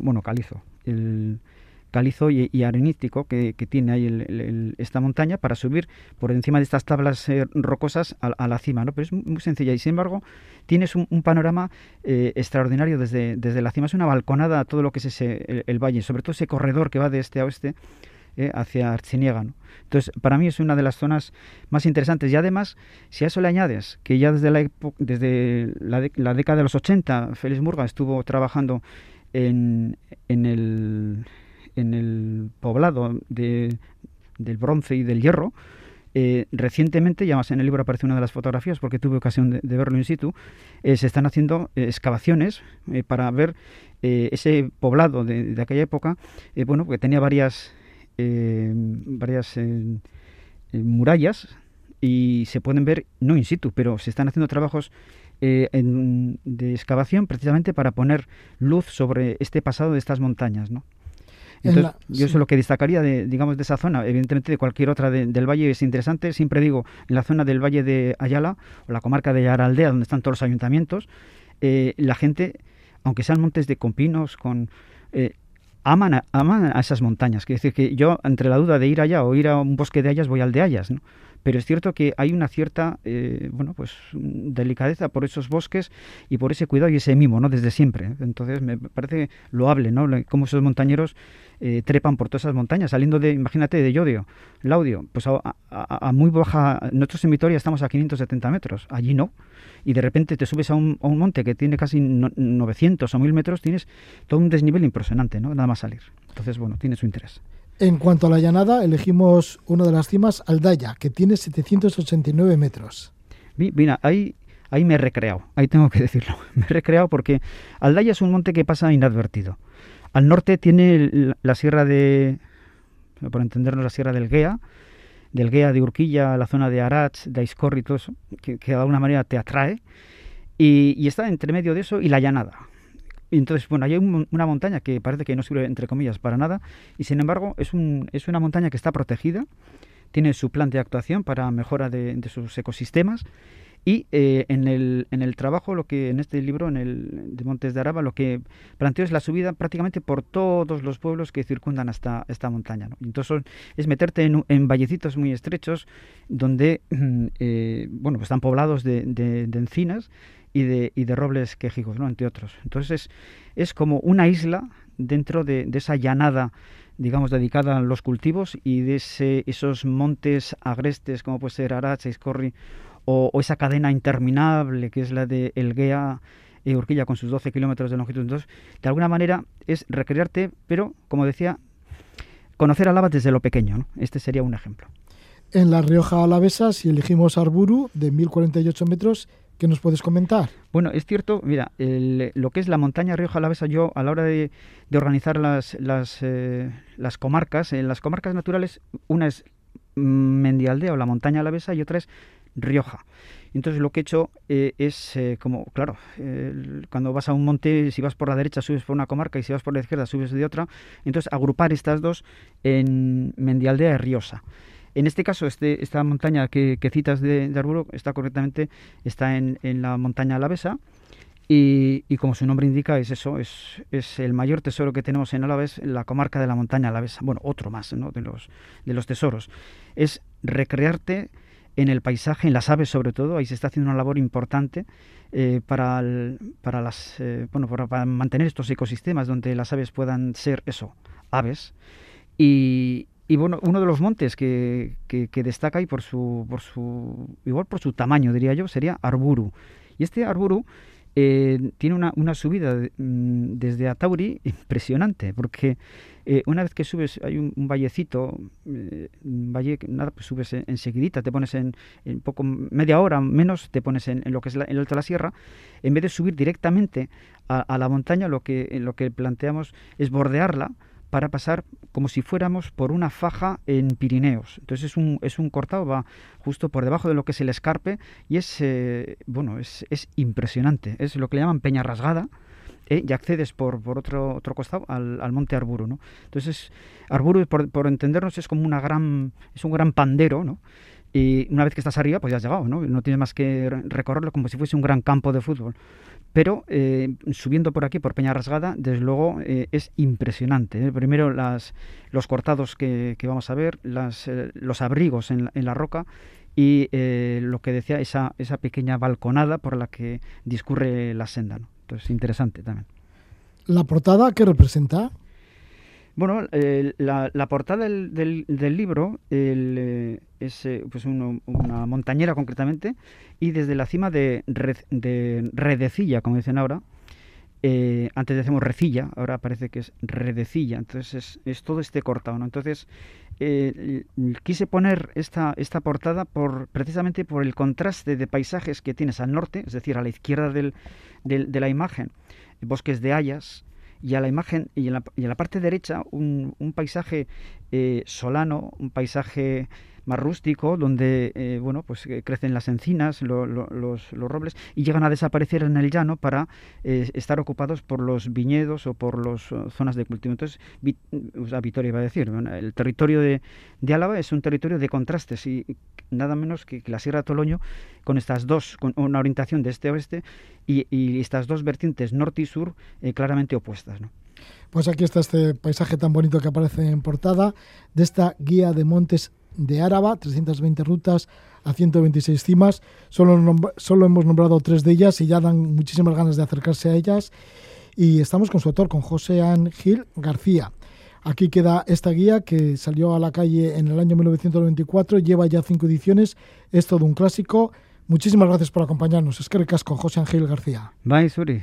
calizo y arenístico que tiene ahí esta montaña para subir por encima de estas tablas rocosas a la cima, ¿no? Pero es muy sencilla y sin embargo tienes un panorama extraordinario desde la cima. Es una balconada a todo lo que es el valle, sobre todo ese corredor que va de este a oeste hacia Artziniega, ¿no? Entonces, para mí es una de las zonas más interesantes y además, si a eso le añades que ya desde la década de los 80 Félix Murga estuvo trabajando en el poblado del bronce y del hierro. Recientemente, ya más en el libro aparece una de las fotografías porque tuve ocasión de verlo in situ, se están haciendo excavaciones para ver ese poblado de aquella época, porque tenía varias murallas y se pueden ver no in situ, pero se están haciendo trabajos de excavación precisamente para poner luz sobre este pasado de estas montañas, ¿no? Entonces, yo eso es lo que destacaría de esa zona. Evidentemente de cualquier otra del valle es interesante. Siempre digo, en la zona del valle de Ayala o la comarca de Ayaraldea, donde están todos los ayuntamientos, la gente, aunque sean montes de compinos, aman a esas montañas. Quiere decir que yo, entre la duda de ir allá o ir a un bosque de hayas, voy al de hayas, ¿no? Pero es cierto que hay una cierta delicadeza por esos bosques y por ese cuidado y ese mimo, ¿no? Desde siempre. Entonces me parece loable, ¿no? Cómo esos montañeros trepan por todas esas montañas, saliendo imagínate, de Llodio, Laudio, pues a muy baja. Nosotros en Vitoria estamos a 570 metros, allí no. Y de repente te subes a un monte que tiene casi 900 o 1000 metros, tienes todo un desnivel impresionante, ¿no? Nada más salir. Entonces, tiene su interés. En cuanto a la llanada, elegimos una de las cimas, Aldaya, que tiene 789 metros. Mira, ahí me he recreado, ahí tengo que decirlo. Me he recreado porque Aldaya es un monte que pasa inadvertido. Al norte tiene la sierra por entendernos, la sierra del Guea de Urquilla, la zona de Arats, de Aizcorri y todo eso, que de alguna manera te atrae. Y está entre medio de eso y la llanada. entonces, bueno, hay una montaña que parece que no sirve, entre comillas, para nada, y sin embargo es una montaña que está protegida, tiene su plan de actuación para mejora de sus ecosistemas. Y en el trabajo, en este libro, de Montes de Araba, lo que planteo es la subida prácticamente por todos los pueblos que circundan hasta esta montaña, ¿no? Entonces es meterte en vallecitos muy estrechos donde pues están poblados de encinas y de robles quejigos, ¿no? Entre otros. Entonces es como una isla dentro de esa llanada, digamos, dedicada a los cultivos y de esos montes agrestes como puede ser Aracha, Iscorri, o esa cadena interminable que es la de Elguea y Urquilla con sus 12 kilómetros de longitud. Entonces, de alguna manera es recrearte, pero, como decía, conocer Álava desde lo pequeño, ¿no? Este sería un ejemplo. En La Rioja Alavesa, si elegimos Arburu, de 1048 metros, ¿qué nos puedes comentar? Bueno, es cierto, mira, lo que es la montaña Rioja Alavesa, yo a la hora de organizar las comarcas, en las comarcas naturales, una es Mendialdea o la montaña Alavesa y otra es Rioja. Entonces lo que he hecho es como, claro, cuando vas a un monte, si vas por la derecha subes por una comarca y si vas por la izquierda subes de otra, entonces agrupar estas dos en Mendialdea y Riosa. En este caso, esta montaña que citas de Arburu está en la montaña Alavesa y como su nombre indica es eso, es el mayor tesoro que tenemos en Álava, es la comarca de la montaña Alavesa. Bueno, otro más, ¿no?, de los tesoros. Es recrearte en el paisaje, en las aves sobre todo. Ahí se está haciendo una labor importante para mantener estos ecosistemas donde las aves puedan ser aves. Y bueno, uno de los montes que destaca ahí por su tamaño, diría yo, sería Arburu. Y este Arburu tiene una subida desde Atauri impresionante, porque una vez que subes, hay un vallecito, un valle que nada, pues subes enseguidita, te pones en poco, media hora menos, te pones en lo que es el Alto de la Sierra. En vez de subir directamente a la montaña, lo que planteamos es bordearla para pasar como si fuéramos por una faja en Pirineos. Entonces es un cortado, va justo por debajo de lo que es el escarpe y es impresionante. Es lo que le llaman Peña Rasgada, y accedes por otro costado al monte Arburu, ¿no? Entonces Arburu, por entendernos, es como un gran pandero, ¿no? Y una vez que estás arriba, pues ya has llegado, ¿no? No tienes más que recorrerlo como si fuese un gran campo de fútbol. Pero subiendo por aquí, por Peña Rasgada, desde luego es impresionante. Primero los cortados que vamos a ver, los abrigos en la roca y lo que decía, esa pequeña balconada por la que discurre la senda, ¿no? Entonces, interesante también. ¿La portada qué representa? Bueno, la portada del libro es pues una montañera concretamente, y desde la cima de Redecilla, como dicen ahora. Antes decíamos Recilla, ahora parece que es Redecilla. Entonces es todo este cortado, ¿no? Entonces quise poner esta portada precisamente por el contraste de paisajes que tienes al norte, es decir, a la izquierda de la imagen, bosques de hayas, y a la imagen y en la parte derecha un paisaje solano, un paisaje más rústico, donde pues crecen las encinas, los robles, y llegan a desaparecer en el llano para estar ocupados por los viñedos o por las zonas de cultivo. Entonces, Vitoria iba a decir, el territorio de Álava es un territorio de contrastes, y nada menos que la Sierra de Toloño, con estas dos, con una orientación de este a oeste, y estas dos vertientes norte y sur claramente opuestas, ¿no? Pues aquí está este paisaje tan bonito que aparece en portada de esta guía de montes de Áraba, 320 rutas a 126 cimas. Solo hemos nombrado 3 de ellas y ya dan muchísimas ganas de acercarse a ellas. Y estamos con su autor, con José Ángel García. Aquí queda esta guía que salió a la calle en el año 1994, lleva ya 5 ediciones, es todo un clásico. Muchísimas gracias por acompañarnos. Eskerrik asko, José Ángel García. Bye, Suri.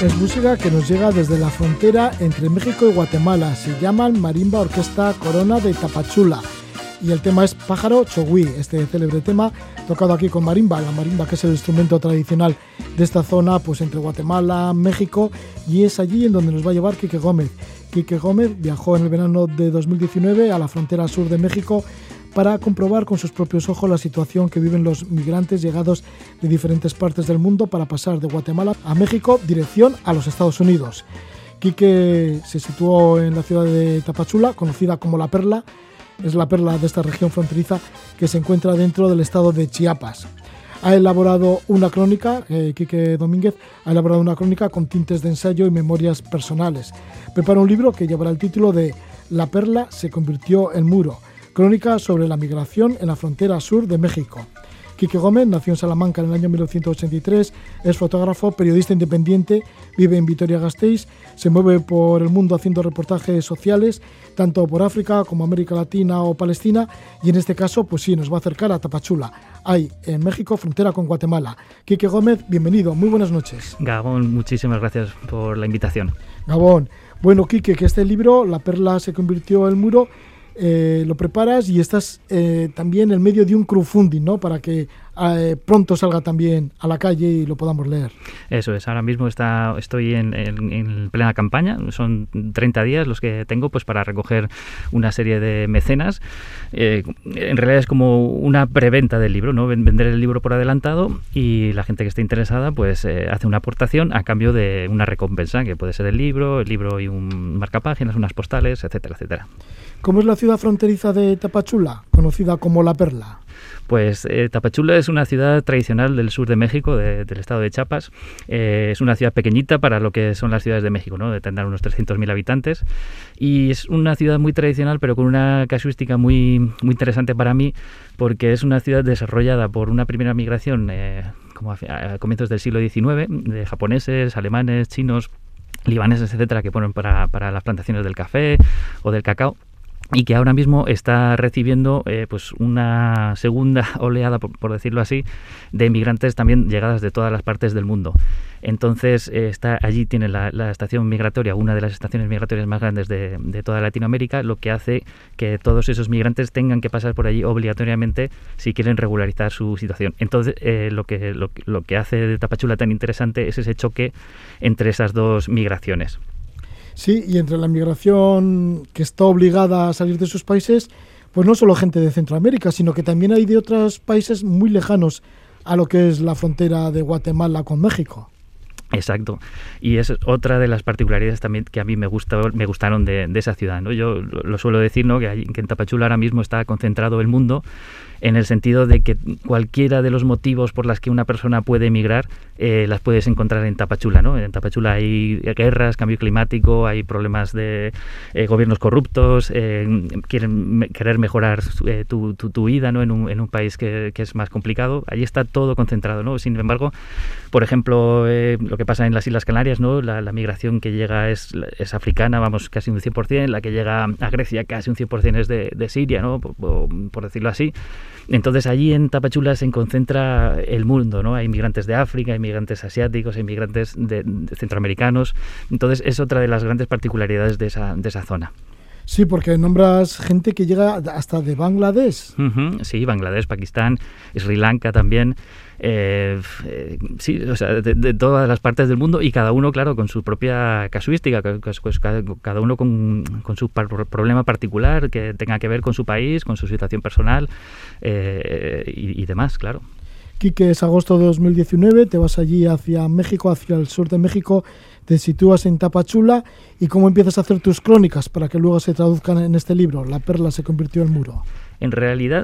Es música que nos llega desde la frontera entre México y Guatemala. Se llaman Marimba Orquesta Corona de Tapachula. Y el tema es Pájaro Chogüí, este célebre tema tocado aquí con marimba. La marimba, que es el instrumento tradicional de esta zona, pues entre Guatemala, México, y es allí en donde nos va a llevar Quique Gómez. Quique Gómez viajó en el verano de 2019 a la frontera sur de México para comprobar con sus propios ojos la situación que viven los migrantes llegados de diferentes partes del mundo para pasar de Guatemala a México dirección a los Estados Unidos. Quique se situó en la ciudad de Tapachula, conocida como La Perla. Es la perla de esta región fronteriza que se encuentra dentro del estado de Chiapas. Ha elaborado una crónica, Quique Domínguez ha elaborado una crónica con tintes de ensayo y memorias personales. Prepara un libro que llevará el título de La Perla se convirtió en muro, crónica sobre la migración en la frontera sur de México. Quique Gómez nació en Salamanca en el año 1983, es fotógrafo, periodista independiente, vive en Vitoria-Gasteiz, se mueve por el mundo haciendo reportajes sociales, tanto por África como América Latina o Palestina, y en este caso, pues sí, nos va a acercar a Tapachula, ahí en México, frontera con Guatemala. Quique Gómez, bienvenido, muy buenas noches. Gabón, muchísimas gracias por la invitación. Gabón. Bueno, Quique, que este libro, La Perla se convirtió en muro, lo preparas y estás también en medio de un crowdfunding, ¿no? Para que pronto salga también a la calle y lo podamos leer. Eso es, ahora mismo estoy en plena campaña, son 30 días los que tengo pues para recoger una serie de mecenas. En realidad es como una preventa del libro, ¿no? Vender el libro por adelantado y la gente que esté interesada pues hace una aportación a cambio de una recompensa, que puede ser el libro y un marcapáginas, unas postales, etcétera, etcétera. ¿Cómo es la ciudad fronteriza de Tapachula, conocida como La Perla? Pues Tapachula es una ciudad tradicional del sur de México, del estado de Chiapas. Es una ciudad pequeñita para lo que son las ciudades de México, ¿no? Tendrán unos 300.000 habitantes. Y es una ciudad muy tradicional, pero con una casuística muy, muy interesante para mí, porque es una ciudad desarrollada por una primera migración como a comienzos del siglo XIX, de japoneses, alemanes, chinos, libaneses, etcétera, que ponen para las plantaciones del café o del cacao, y que ahora mismo está recibiendo pues una segunda oleada, por decirlo así, de inmigrantes también llegadas de todas las partes del mundo. Entonces allí tiene la estación migratoria, una de las estaciones migratorias más grandes de toda Latinoamérica, lo que hace que todos esos migrantes tengan que pasar por allí obligatoriamente si quieren regularizar su situación. Entonces lo que hace de Tapachula tan interesante es ese choque entre esas dos migraciones. Sí, y entre la migración que está obligada a salir de sus países, pues no solo gente de Centroamérica, sino que también hay de otros países muy lejanos a lo que es la frontera de Guatemala con México. Exacto, y es otra de las particularidades también que a mí me gustaron de esa ciudad, ¿no? Yo lo suelo decir, ¿no? Que en Tapachula ahora mismo está concentrado el mundo, en el sentido de que cualquiera de los motivos por las que una persona puede emigrar las puedes encontrar en Tapachula, ¿no? En Tapachula hay guerras, cambio climático, hay problemas de gobiernos corruptos, querer mejorar tu vida, ¿no? En un país que es más complicado. Allí está todo concentrado, ¿no? Sin embargo, por ejemplo, lo que pasa en las Islas Canarias, ¿no? La migración que llega es africana, vamos, casi un 100%, la que llega a Grecia casi un 100% es de Siria, ¿no? Por decirlo así. Entonces allí en Tapachula se concentra el mundo, ¿no? Hay inmigrantes de África, hay inmigrantes asiáticos, hay inmigrantes de centroamericanos. Entonces es otra de las grandes particularidades de esa zona. Sí, porque nombras gente que llega hasta de Bangladesh. Sí, Bangladesh, Pakistán, Sri Lanka también. Sí, o sea, de todas las partes del mundo, y cada uno, claro, con su propia casuística, pues cada uno con su problema particular que tenga que ver con su país, con su situación personal y demás, claro. Quique, es agosto de 2019, te vas allí hacia México, hacia el sur de México, te sitúas en Tapachula, y ¿cómo empiezas a hacer tus crónicas para que luego se traduzcan en este libro? La perla se convirtió en muro. En realidad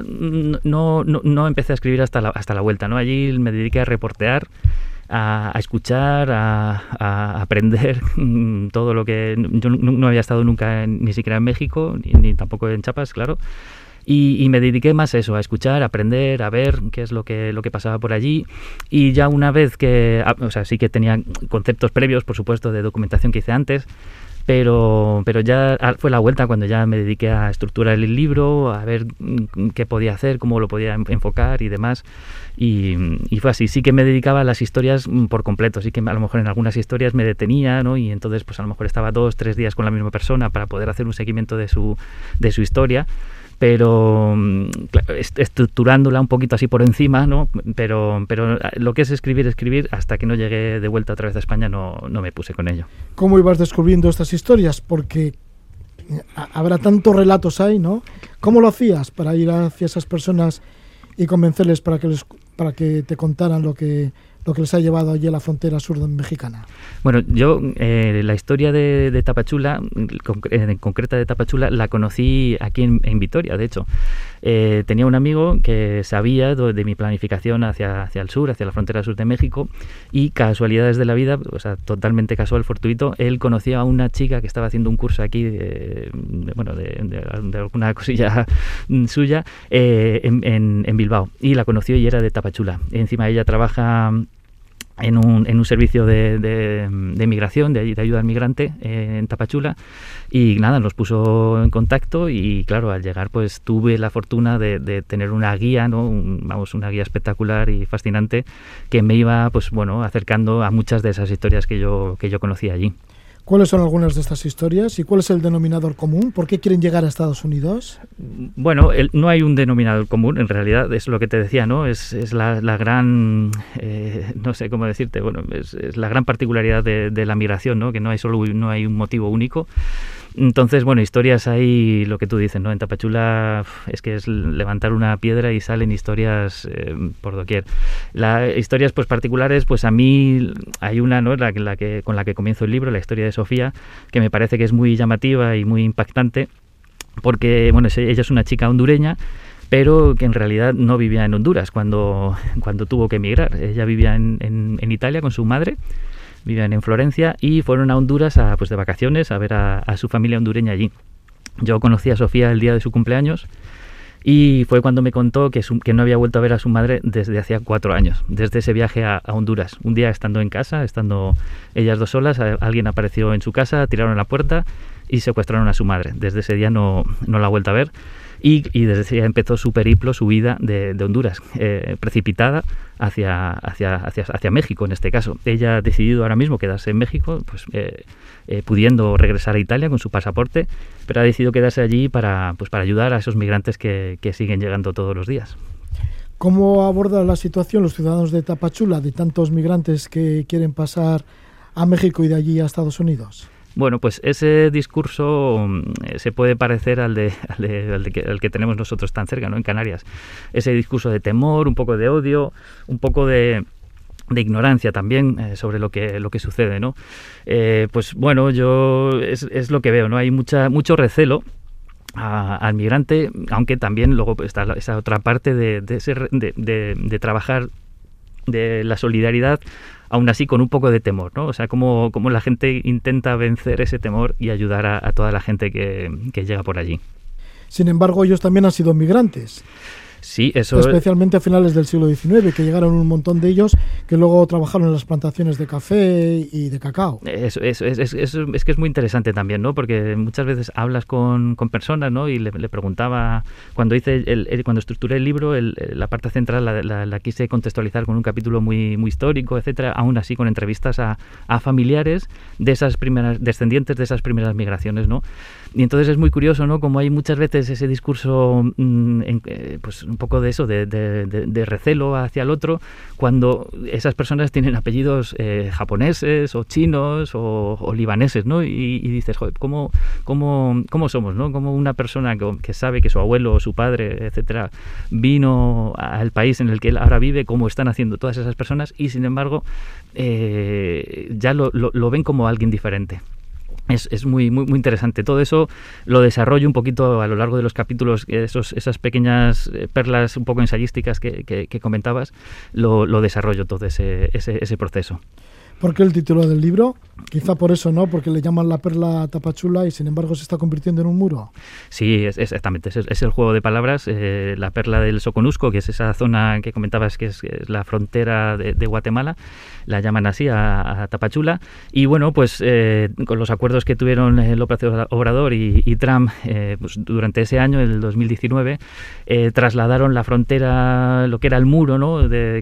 no empecé a escribir hasta la vuelta, ¿no? Allí me dediqué a reportear, a escuchar, a aprender todo lo que... Yo no había estado nunca ni siquiera en México, ni tampoco en Chiapas, claro. Y me dediqué más a eso, a escuchar, a aprender, a ver qué es lo que pasaba por allí. Y ya una vez que... O sea, sí que tenía conceptos previos, por supuesto, de documentación que hice antes, pero ya fue la vuelta cuando ya me dediqué a estructurar el libro, a ver qué podía hacer, cómo lo podía enfocar y demás. Y fue así. Sí que me dedicaba a las historias por completo. Sí que a lo mejor en algunas historias me detenía, ¿no? Y entonces pues a lo mejor estaba 2-3 días con la misma persona para poder hacer un seguimiento de su historia. Pero estructurándola un poquito así por encima, ¿no? Pero lo que es escribir, hasta que no llegué de vuelta otra vez a España no me puse con ello. ¿Cómo ibas descubriendo estas historias? Porque habrá tantos relatos ahí, ¿no? ¿Cómo lo hacías para ir hacia esas personas y convencerles para que te contaran lo que les ha llevado allí a la frontera sur mexicana? Bueno, yo la historia de Tapachula, en concreta de Tapachula, la conocí aquí en Vitoria, de hecho. Tenía un amigo que sabía de mi planificación hacia el sur, hacia la frontera sur de México, y casualidades de la vida, o sea, totalmente casual, fortuito, él conocía a una chica que estaba haciendo un curso aquí de alguna cosilla suya en Bilbao, y la conoció y era de Tapachula. Encima ella trabaja en un servicio de migración, de ayuda al migrante en Tapachula, y nada, nos puso en contacto y claro, al llegar pues tuve la fortuna de tener una guía, ¿no? Una guía espectacular y fascinante que me iba pues bueno acercando a muchas de esas historias que yo conocía allí. ¿Cuáles son algunas de estas historias y cuál es el denominador común? ¿Por qué quieren llegar a Estados Unidos? Bueno, no hay un denominador común, en realidad, es lo que te decía, ¿no? Es la gran, no sé cómo decirte, bueno, es la gran particularidad de la migración, ¿no? Que no hay un motivo único. Entonces, bueno, historias hay, lo que tú dices, ¿no? En Tapachula es que es levantar una piedra y salen historias por doquier. Historias pues particulares, pues a mí hay una, ¿no? Con la que comienzo el libro, la historia de Sofía, que me parece que es muy llamativa y muy impactante, porque, bueno, ella es una chica hondureña, pero que en realidad no vivía en Honduras cuando tuvo que emigrar. Ella vivía en Italia con su madre, vivían en Florencia y fueron a Honduras pues de vacaciones a ver a su familia hondureña allí. Yo conocí a Sofía el día de su cumpleaños y fue cuando me contó que no había vuelto a ver a su madre desde hacía 4 años, desde ese viaje a Honduras. Un día estando en casa, estando ellas dos solas, alguien apareció en su casa, tiraron la puerta y secuestraron a su madre. Desde ese día no la ha vuelto a ver. Y desde ese día empezó su periplo, su huida de Honduras, precipitada hacia México en este caso. Ella ha decidido ahora mismo quedarse en México, pues pudiendo regresar a Italia con su pasaporte, pero ha decidido quedarse allí para ayudar a esos migrantes que siguen llegando todos los días. ¿Cómo abordan la situación los ciudadanos de Tapachula, de tantos migrantes que quieren pasar a México y de allí a Estados Unidos? Bueno, pues ese discurso se puede parecer al que tenemos nosotros tan cerca, ¿no? En Canarias. Ese discurso de temor, un poco de odio, un poco de ignorancia también sobre lo que sucede, ¿no? Pues bueno, es lo que veo, ¿no? Hay mucho recelo al migrante, aunque también luego está esa otra parte de trabajar de la solidaridad, aún así con un poco de temor, ¿no? O sea, como la gente intenta vencer ese temor y ayudar a toda la gente que llega por allí. Sin embargo, ellos también han sido migrantes. Sí, eso. Especialmente a finales del siglo XIX, que llegaron un montón de ellos que luego trabajaron en las plantaciones de café y de cacao. Eso es que es muy interesante también, ¿no? Porque muchas veces hablas con personas, ¿no? Y le preguntaba, cuando estructuré el libro, la parte central la quise contextualizar con un capítulo muy histórico, etcétera, aún así con entrevistas a familiares de esas primeras, descendientes de esas primeras migraciones, ¿no? Y entonces es muy curioso, ¿no? Como hay muchas veces ese discurso, pues un poco de eso, de recelo hacia el otro, cuando esas personas tienen apellidos japoneses o chinos o libaneses, ¿no? Y dices, joder, ¿cómo somos, ¿no? Como una persona que sabe que su abuelo o su padre, etcétera, vino al país en el que él ahora vive, cómo están haciendo todas esas personas, y sin embargo ya lo ven como alguien diferente. Es muy interesante. Todo eso lo desarrollo un poquito a lo largo de los capítulos, esas pequeñas perlas un poco ensayísticas que comentabas, lo desarrollo todo ese proceso. ¿Por qué el título del libro? Quizá por eso, ¿no? Porque le llaman la perla Tapachula y sin embargo se está convirtiendo en un muro. Sí, exactamente. Es el juego de palabras. La perla del Soconusco, que es esa zona que comentabas que es la frontera de Guatemala, la llaman así a Tapachula. Y bueno, pues con los acuerdos que tuvieron López Obrador y Trump pues durante ese año, el 2019, trasladaron la frontera, lo que era el muro, ¿no?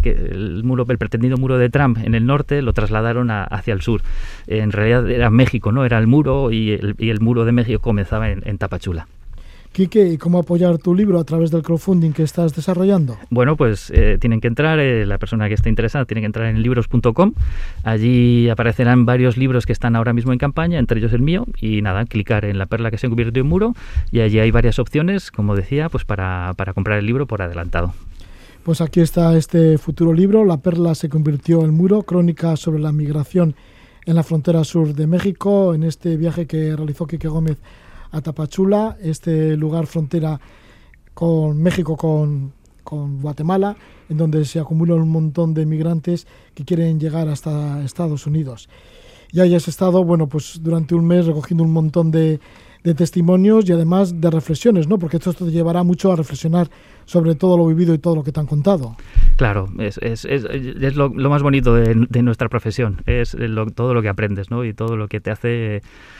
El pretendido muro de Trump en el norte, lo trasladaron hacia el sur. En realidad era México, ¿no? Era el muro y el muro de México comenzaba en Tapachula. Quique, ¿y cómo apoyar tu libro a través del crowdfunding que estás desarrollando? Bueno, pues tienen que entrar, la persona que esté interesada tiene que entrar en libros.com. Allí aparecerán varios libros que están ahora mismo en campaña, entre ellos el mío, y nada, clicar en la perla que se convirtió en muro, y allí hay varias opciones, como decía, pues para comprar el libro por adelantado. Pues aquí está este futuro libro, La perla se convirtió en muro, crónica sobre la migración en la frontera sur de México, en este viaje que realizó Quique Gómez a Tapachula, este lugar frontera con México, con Guatemala, en donde se acumulan un montón de migrantes que quieren llegar hasta Estados Unidos. Y ahí has estado, bueno, pues durante un mes recogiendo un montón de testimonios y además de reflexiones, ¿no? Porque esto te llevará mucho a reflexionar sobre todo lo vivido y todo lo que te han contado. Claro, es lo más bonito de nuestra profesión, es todo lo que aprendes, ¿no? Y todo lo que te hace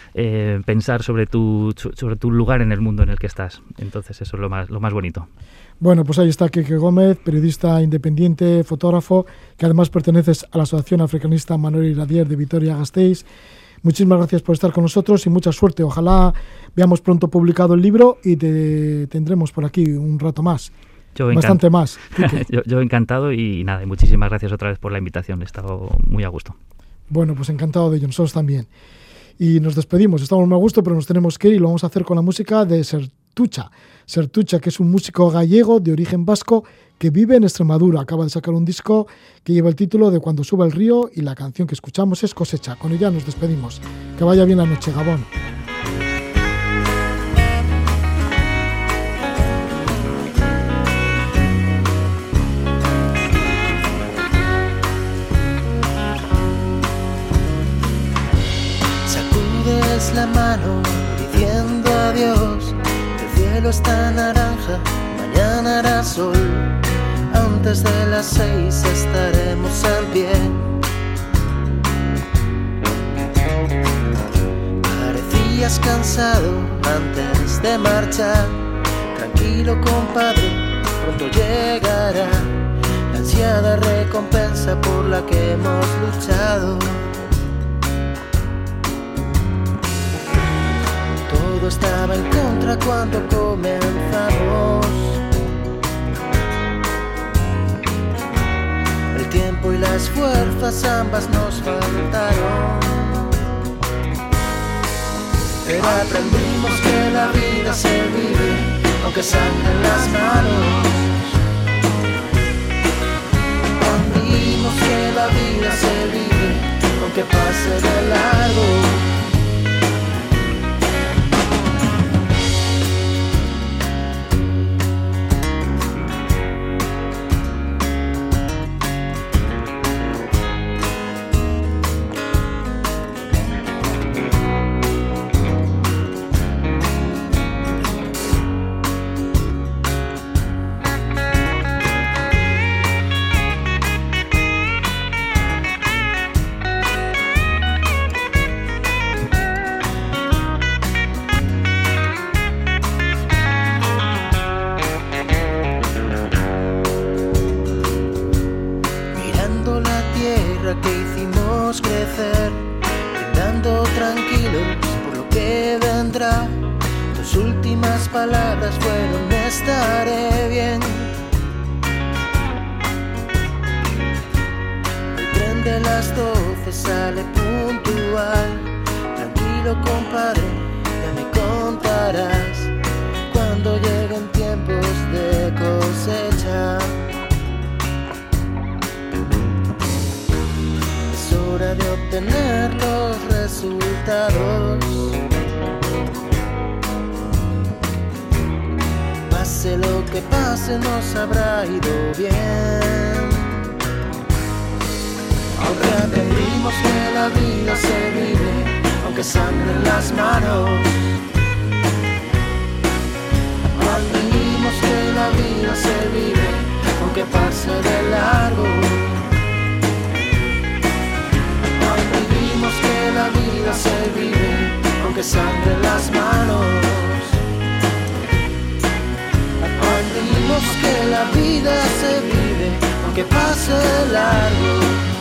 pensar sobre tu lugar en el mundo en el que estás. Entonces eso es lo más bonito. Bueno, pues ahí está Quique Gómez, periodista independiente, fotógrafo, que además perteneces a la Asociación Africanista Manuel Iradier de Vitoria-Gasteiz. Muchísimas gracias por estar con nosotros y mucha suerte. Ojalá veamos pronto publicado el libro y te tendremos por aquí un rato más. Bastante más. yo encantado y nada, y muchísimas gracias otra vez por la invitación. He estado muy a gusto. Bueno, pues encantado de ello, nosotros también. Y nos despedimos, estamos muy a gusto, pero nos tenemos que ir y lo vamos a hacer con la música de Sertucha. Sertucha, que es un músico gallego de origen vasco que vive en Extremadura. Acaba de sacar un disco que lleva el título de Cuando suba el río y la canción que escuchamos es Cosecha. Con ella nos despedimos. Que vaya bien la noche, Gabón. Sacudes la mano diciendo adiós. El cielo está naranja, mañana hará sol. Antes de las 6 estaremos en pie. Parecías cansado antes de marchar. Tranquilo, compadre, pronto llegará la ansiada recompensa por la que hemos luchado. Todo estaba en contra cuando comenzamos. El tiempo y las fuerzas ambas nos faltaron. Pero aprendimos que la vida se vive aunque sangren las manos. Aprendimos que la vida se vive aunque pase de largo. Palabras fueron estaré bien. El tren de las 12 sale puntual. Tranquilo, compadre, ya me contarás cuando lleguen tiempos de cosecha. Es hora de obtener los resultados. Pase lo que pase, nos habrá ido bien. Aunque aprendimos Aprendimos que la vida se vive aunque sangre en las manos. Aprendimos que la vida se vive aunque pase de largo. Aprendimos que la vida se vive aunque sangre en las manos. Aprendimos que la vida se vive aunque pase de largo.